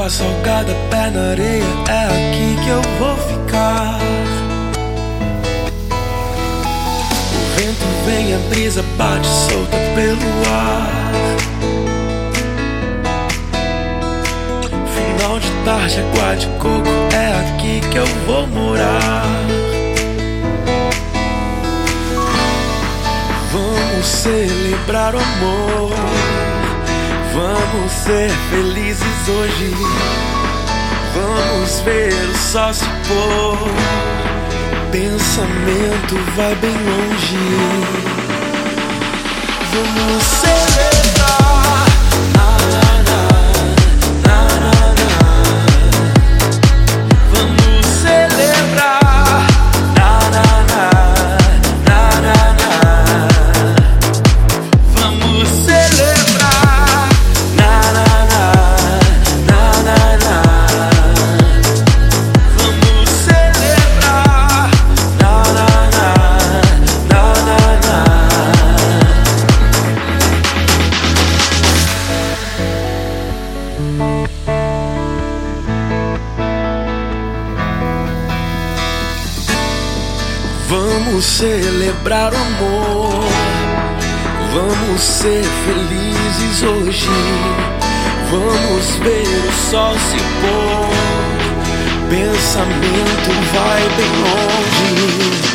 Água salgada, pé na areia, é aqui que eu vou ficar. O vento vem, a brisa bate solta pelo ar. Final de tarde, água de coco, é aqui que eu vou morar. Vamos celebrar o amor, vamos ser felizes hoje. Vamos ver o sol se pôr, pensamento vai bem longe. Vamos celebrar, na, na, na, na, na, na. Vamos celebrar, na, na, na, na, na, na. Vamos celebrar, na, na, na, na, na, na. Vamos celebrar, na, na, na, na, na, na. Vamos celebrar o amor, vamos ser felizes hoje. Vamos ver o sol se pôr, pensamento vai bem longe.